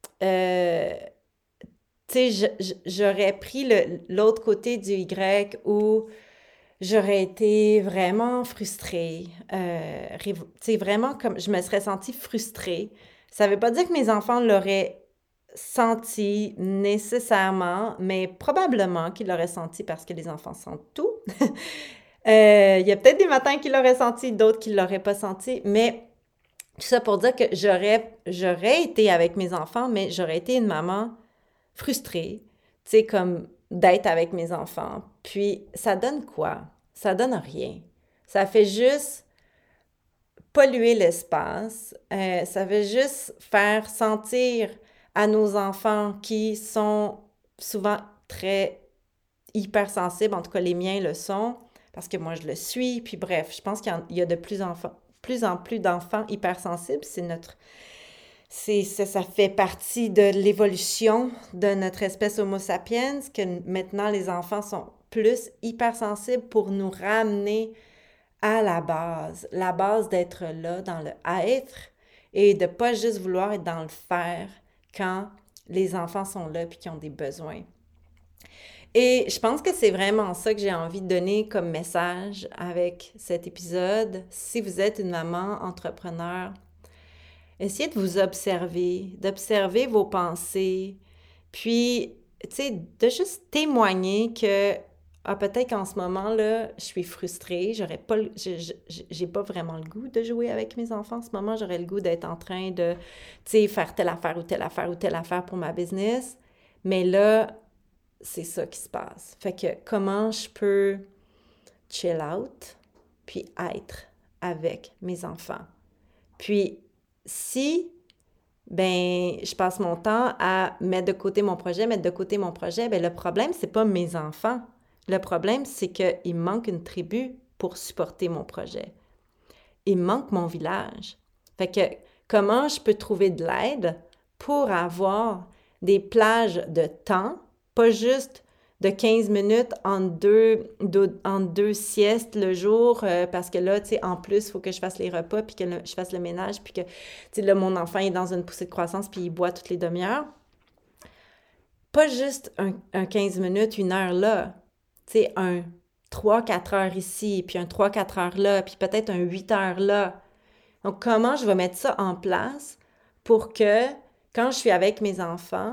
tu sais, j'aurais pris l'autre côté du Y où j'aurais été vraiment frustrée. Tu sais, vraiment comme je me serais sentie frustrée. Ça veut pas dire que mes enfants l'auraient senti nécessairement, mais probablement qu'il l'aurait senti parce que les enfants sentent tout. Il y a peut-être des matins qu'il l'aurait senti, d'autres qui ne l'auraient pas senti, mais tout ça pour dire que j'aurais été avec mes enfants, mais j'aurais été une maman frustrée, tu sais, comme d'être avec mes enfants. Puis ça donne quoi? Ça donne rien. Ça fait juste polluer l'espace, ça veut juste faire sentir à nos enfants qui sont souvent très hypersensibles, en tout cas les miens le sont, parce que moi je le suis, puis bref, je pense qu'il y a de plus en plus d'enfants hypersensibles, ça fait partie de l'évolution de notre espèce Homo sapiens, que maintenant les enfants sont plus hypersensibles pour nous ramener à la base d'être là dans le être et de pas juste vouloir être dans le faire quand les enfants sont là puis qu'ils ont des besoins. Et je pense que c'est vraiment ça que j'ai envie de donner comme message avec cet épisode. Si vous êtes une maman entrepreneur, essayez de vous observer, d'observer vos pensées, puis, tu sais, de juste témoigner que peut-être qu'en ce moment-là, je suis frustrée, j'ai pas vraiment le goût de jouer avec mes enfants. En ce moment, j'aurais le goût d'être en train de, tu sais, faire telle affaire ou telle affaire ou telle affaire pour ma business. Mais là, c'est ça qui se passe. Fait que comment je peux chill out, puis être avec mes enfants. Puis, si je passe mon temps à mettre de côté mon projet, ben le problème, c'est pas mes enfants. Le problème, c'est qu'il me manque une tribu pour supporter mon projet. Il me manque mon village. Fait que comment je peux trouver de l'aide pour avoir des plages de temps, pas juste de 15 minutes en deux siestes le jour, parce que là, tu sais, en plus, il faut que je fasse les repas, puis que je fasse le ménage, puis que, tu sais, là, mon enfant est dans une poussée de croissance, puis il boit toutes les demi-heures. Pas juste un 15 minutes, une heure là, tu sais, un 3-4 heures ici, puis un 3-4 heures là, puis peut-être un 8 heures là. Donc, comment je vais mettre ça en place pour que, quand je suis avec mes enfants,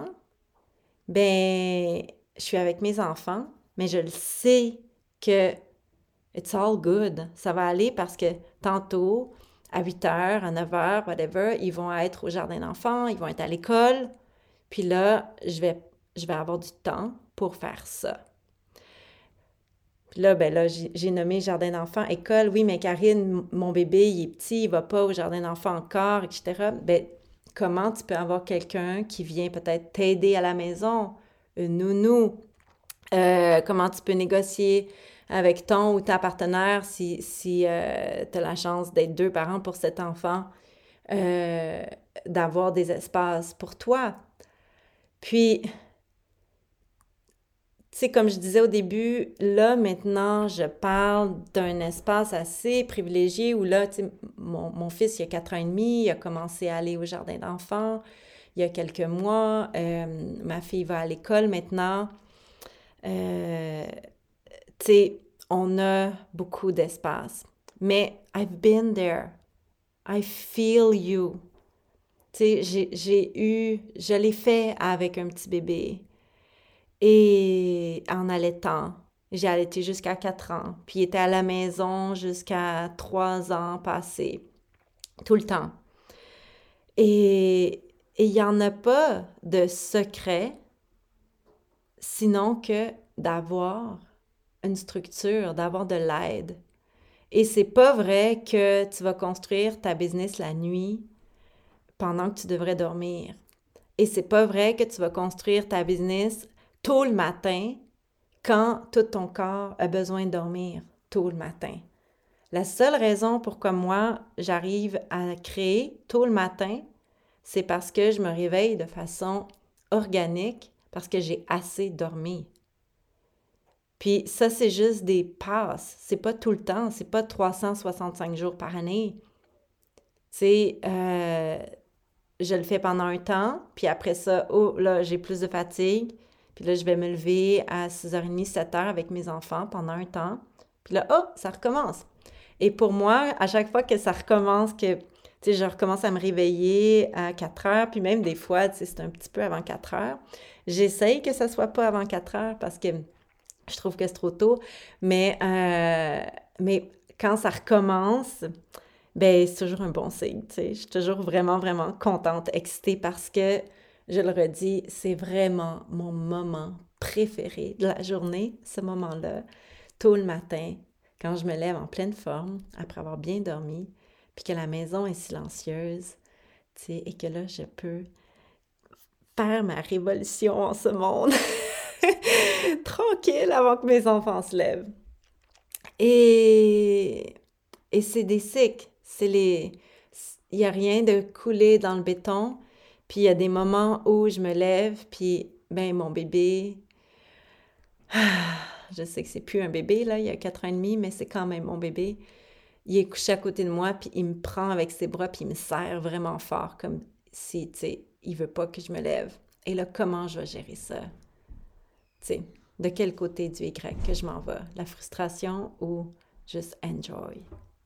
je suis avec mes enfants, mais je le sais que it's all good. Ça va aller parce que tantôt, à 8 heures, à 9 heures, whatever, ils vont être au jardin d'enfants, ils vont être à l'école. Puis là, je vais avoir du temps pour faire ça. Puis là, j'ai nommé jardin d'enfants, école. Oui, mais Karine, mon bébé, il est petit, il va pas au jardin d'enfants encore, etc. Comment tu peux avoir quelqu'un qui vient peut-être t'aider à la maison? Une nounou. Comment tu peux négocier avec ton ou ta partenaire si tu as la chance d'être deux parents pour cet enfant, d'avoir des espaces pour toi. Puis, tu sais, comme je disais au début, là, maintenant, je parle d'un espace assez privilégié où là, tu sais, mon fils, il y a 4 ans et demi, il a commencé à aller au jardin d'enfants il y a quelques mois. Ma fille va à l'école maintenant. Euh, Tu sais, on a beaucoup d'espace. Mais I've been there. I feel you. Tu sais, je l'ai fait avec un petit bébé. Et en allaitant, j'ai allaité jusqu'à 4 ans. Puis il était à la maison jusqu'à 3 ans passés. Tout le temps. Et il n'y en a pas de secret, sinon que d'avoir une structure, d'avoir de l'aide. Et c'est pas vrai que tu vas construire ta business la nuit pendant que tu devrais dormir. Et c'est pas vrai que tu vas construire ta business tôt le matin quand tout ton corps a besoin de dormir tôt le matin. La seule raison pourquoi moi j'arrive à créer tôt le matin, c'est parce que je me réveille de façon organique, parce que j'ai assez dormi. Puis ça, c'est juste des passes. C'est pas tout le temps. C'est pas 365 jours par année. Tu sais, je le fais pendant un temps, puis après ça, oh là, j'ai plus de fatigue. Puis là, je vais me lever à 6h30, 7h avec mes enfants pendant un temps. Puis là, oh, ça recommence. Et pour moi, à chaque fois que ça recommence, que, tu Tu sais, je recommence à me réveiller à 4 heures, puis même des fois, tu sais, c'est un petit peu avant 4 heures. J'essaye que ça soit pas avant 4 heures parce que je trouve que c'est trop tôt, mais, mais quand ça recommence, ben c'est toujours un bon signe, tu sais. Je suis toujours vraiment, vraiment contente, excitée parce que, je le redis, c'est vraiment mon moment préféré de la journée, ce moment-là, tôt le matin, quand je me lève en pleine forme, après avoir bien dormi, puis que la maison est silencieuse, tu sais, et que là, je peux faire ma révolution en ce monde, tranquille, avant que mes enfants se lèvent. Et, et c'est des cycles, il n'y a rien de coulé dans le béton, puis il y a des moments où je me lève, puis ben mon bébé, je sais que c'est plus un bébé, là, il y a 4 ans et demi, mais c'est quand même mon bébé. Il est couché à côté de moi, puis il me prend avec ses bras, puis il me serre vraiment fort, comme si, tu sais, il veut pas que je me lève. Et là, comment je vais gérer ça? Tu sais, de quel côté du Y que je m'en vais? La frustration ou juste enjoy?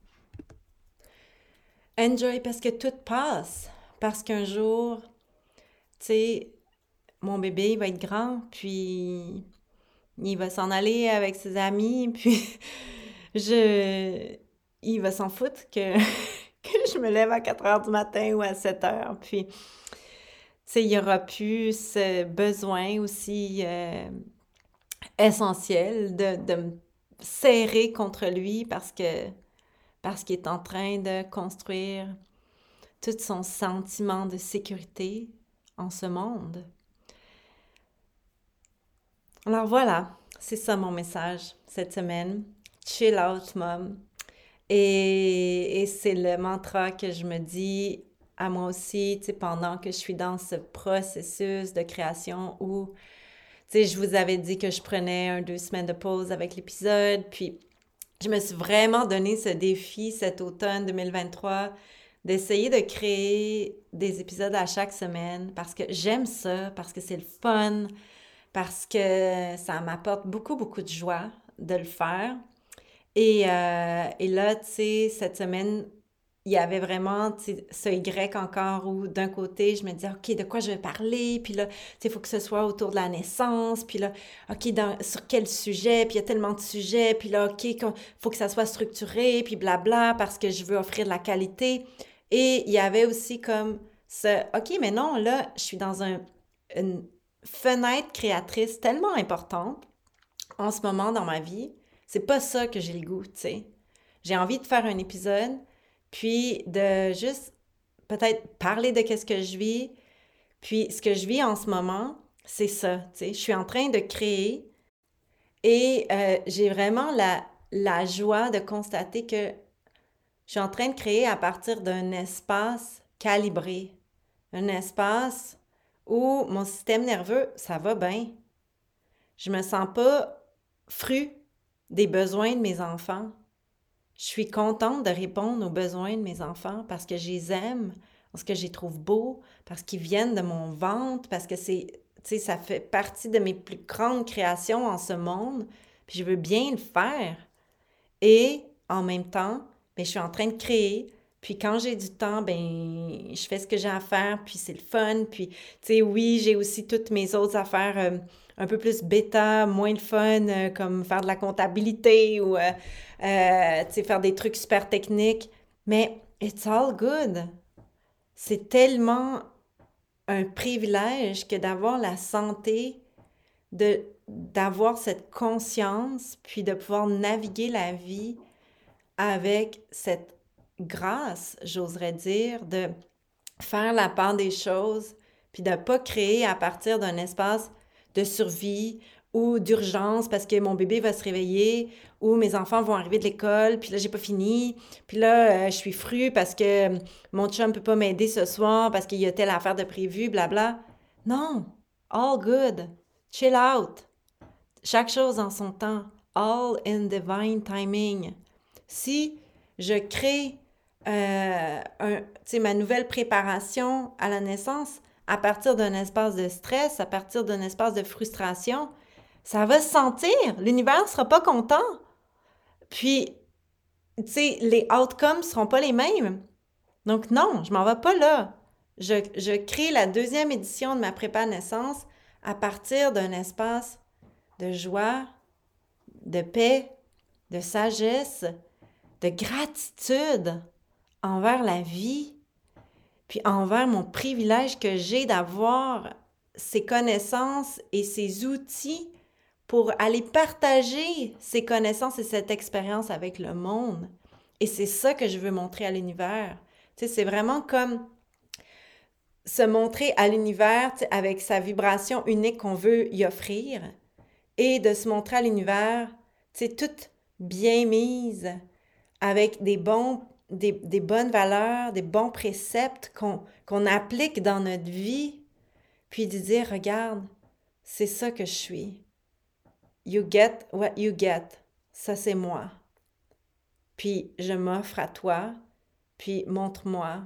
Enjoy parce que tout passe. Parce qu'un jour, tu sais, mon bébé il va être grand, puis il va s'en aller avec ses amis, puis je... il va s'en foutre que, que je me lève à 4 heures du matin ou à 7 heures. Puis, tu sais, il y aura plus ce besoin aussi essentiel de me serrer contre lui parce qu'il est en train de construire tout son sentiment de sécurité en ce monde. Alors voilà, c'est ça mon message cette semaine. Chill out, mom. Et c'est le mantra que je me dis à moi aussi, tu sais, pendant que je suis dans ce processus de création où, tu sais, je vous avais dit que je prenais 2 semaines de pause avec l'épisode, puis je me suis vraiment donné ce défi cet automne 2023 d'essayer de créer des épisodes à chaque semaine parce que j'aime ça, parce que c'est le fun, parce que ça m'apporte beaucoup, beaucoup de joie de le faire. Et là, tu sais, cette semaine, il y avait vraiment tu sais, ce Y encore où d'un côté, je me disais, OK, de quoi je vais parler? Puis là, tu sais, il faut que ce soit autour de la naissance. Puis là, OK, sur quel sujet? Puis il y a tellement de sujets. Puis là, OK, faut que ça soit structuré, puis blabla, parce que je veux offrir de la qualité. Et il y avait aussi comme OK, mais non, là, je suis dans une fenêtre créatrice tellement importante en ce moment dans ma vie. C'est pas ça que j'ai le goût, tu sais. J'ai envie de faire un épisode, puis de juste peut-être parler de qu'est-ce que je vis. Puis ce que je vis en ce moment, c'est ça, tu sais. Je suis en train de créer et j'ai vraiment la joie de constater que je suis en train de créer à partir d'un espace calibré. Un espace où mon système nerveux, ça va bien. Je me sens pas fru des besoins de mes enfants. Je suis contente de répondre aux besoins de mes enfants parce que je les aime, parce que je les trouve beaux, parce qu'ils viennent de mon ventre, parce que c'est, tu sais, ça fait partie de mes plus grandes créations en ce monde, puis je veux bien le faire. Et en même temps, ben, je suis en train de créer. Puis quand j'ai du temps, ben, je fais ce que j'ai à faire, puis c'est le fun. Puis, tu sais, oui, j'ai aussi toutes mes autres affaires un peu plus bêta, moins le fun, comme faire de la comptabilité ou, tu sais, faire des trucs super techniques. Mais it's all good. C'est tellement un privilège que d'avoir la santé, d'avoir cette conscience, puis de pouvoir naviguer la vie avec cette grâce, j'oserais dire, de faire la part des choses, puis de ne pas créer à partir d'un espace de survie ou d'urgence parce que mon bébé va se réveiller ou mes enfants vont arriver de l'école, puis là, j'ai pas fini, puis là, je suis fru parce que mon chum peut pas m'aider ce soir parce qu'il y a telle affaire de prévu, blabla. Non, all good, chill out. Chaque chose en son temps, all in divine timing. Si je crée ma nouvelle préparation à la naissance à partir d'un espace de stress, à partir d'un espace de frustration, ça va se sentir. L'univers ne sera pas content. Puis, tu sais, les outcomes ne seront pas les mêmes. Donc non, je m'en vais pas là. Je crée la deuxième édition de ma prépa naissance à partir d'un espace de joie, de paix, de sagesse, de gratitude envers la vie, puis envers mon privilège que j'ai d'avoir ces connaissances et ces outils pour aller partager ces connaissances et cette expérience avec le monde. Et c'est ça que je veux montrer à l'univers. Tu sais, c'est vraiment comme se montrer à l'univers avec sa vibration unique qu'on veut y offrir et de se montrer à l'univers, tu sais, toute bien mise, avec des bonnes valeurs, des bons préceptes qu'on applique dans notre vie, puis de dire, regarde, c'est ça que je suis. You get what you get. Ça, c'est moi. Puis je m'offre à toi, puis montre-moi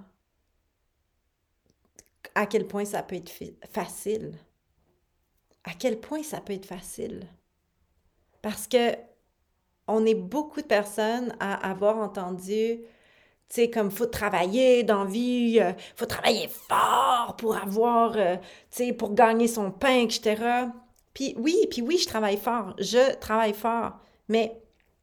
à quel point ça peut être facile. À quel point ça peut être facile. Parce que on est beaucoup de personnes à avoir entendu, tu sais, comme faut travailler dans la vie, faut travailler fort pour avoir, tu sais, pour gagner son pain, etc. Puis oui, je travaille fort, mais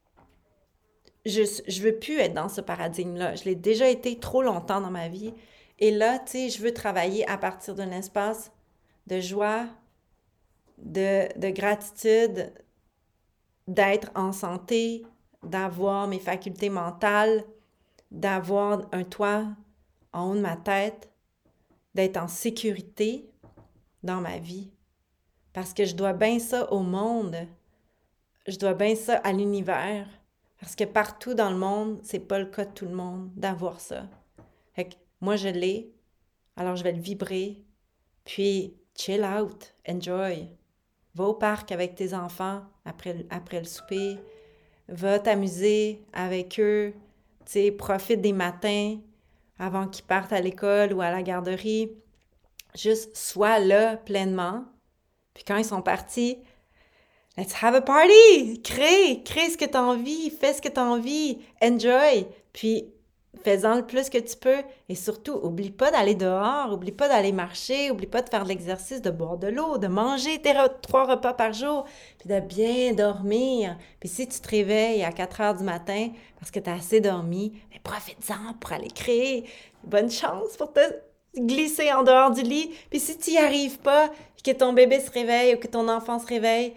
je veux plus être dans ce paradigme-là. Je l'ai déjà été trop longtemps dans ma vie. Et là, tu sais, je veux travailler à partir d'un espace de joie, de gratitude, d'être en santé, d'avoir mes facultés mentales, d'avoir un toit en haut de ma tête, d'être en sécurité dans ma vie. Parce que je dois bien ça au monde, je dois bien ça à l'univers. Parce que partout dans le monde, c'est pas le cas de tout le monde d'avoir ça. Fait que moi, je l'ai, alors je vais le vibrer, puis chill out, enjoy. Va au parc avec tes enfants après le souper, va t'amuser avec eux, tu sais, profite des matins avant qu'ils partent à l'école ou à la garderie. Juste sois là pleinement. Puis quand ils sont partis, let's have a party! Crée ce que tu as envie, fais ce que tu as envie, enjoy. Puis fais-en le plus que tu peux. Et surtout, oublie pas d'aller dehors, oublie pas d'aller marcher, oublie pas de faire de l'exercice, de boire de l'eau, de manger tes 3 repas par jour, puis de bien dormir. Puis si tu te réveilles à 4 heures du matin parce que tu as assez dormi, mais profite-en pour aller créer. Bonne chance pour te glisser en dehors du lit. Puis si tu n'y arrives pas, que ton bébé se réveille ou que ton enfant se réveille,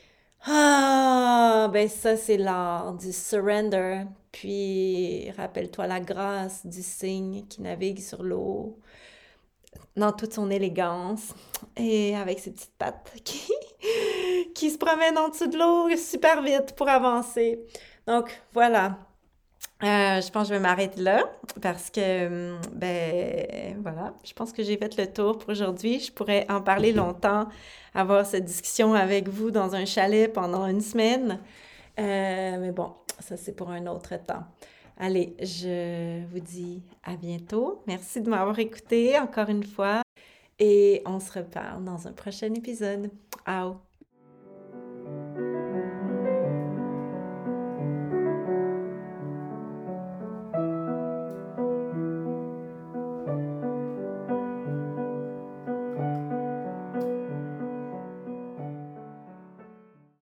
ben ça, c'est l'art du surrender. Puis, rappelle-toi la grâce du cygne qui navigue sur l'eau dans toute son élégance et avec ses petites pattes qui se promènent en dessous de l'eau super vite pour avancer. Donc, voilà. Je pense que je vais m'arrêter là parce que, ben voilà, je pense que j'ai fait le tour pour aujourd'hui. Je pourrais en parler longtemps, avoir cette discussion avec vous dans un chalet pendant une semaine. Mais bon, ça c'est pour un autre temps. Allez, je vous dis à bientôt. Merci de m'avoir écouté encore une fois et on se reparle dans un prochain épisode. Ciao!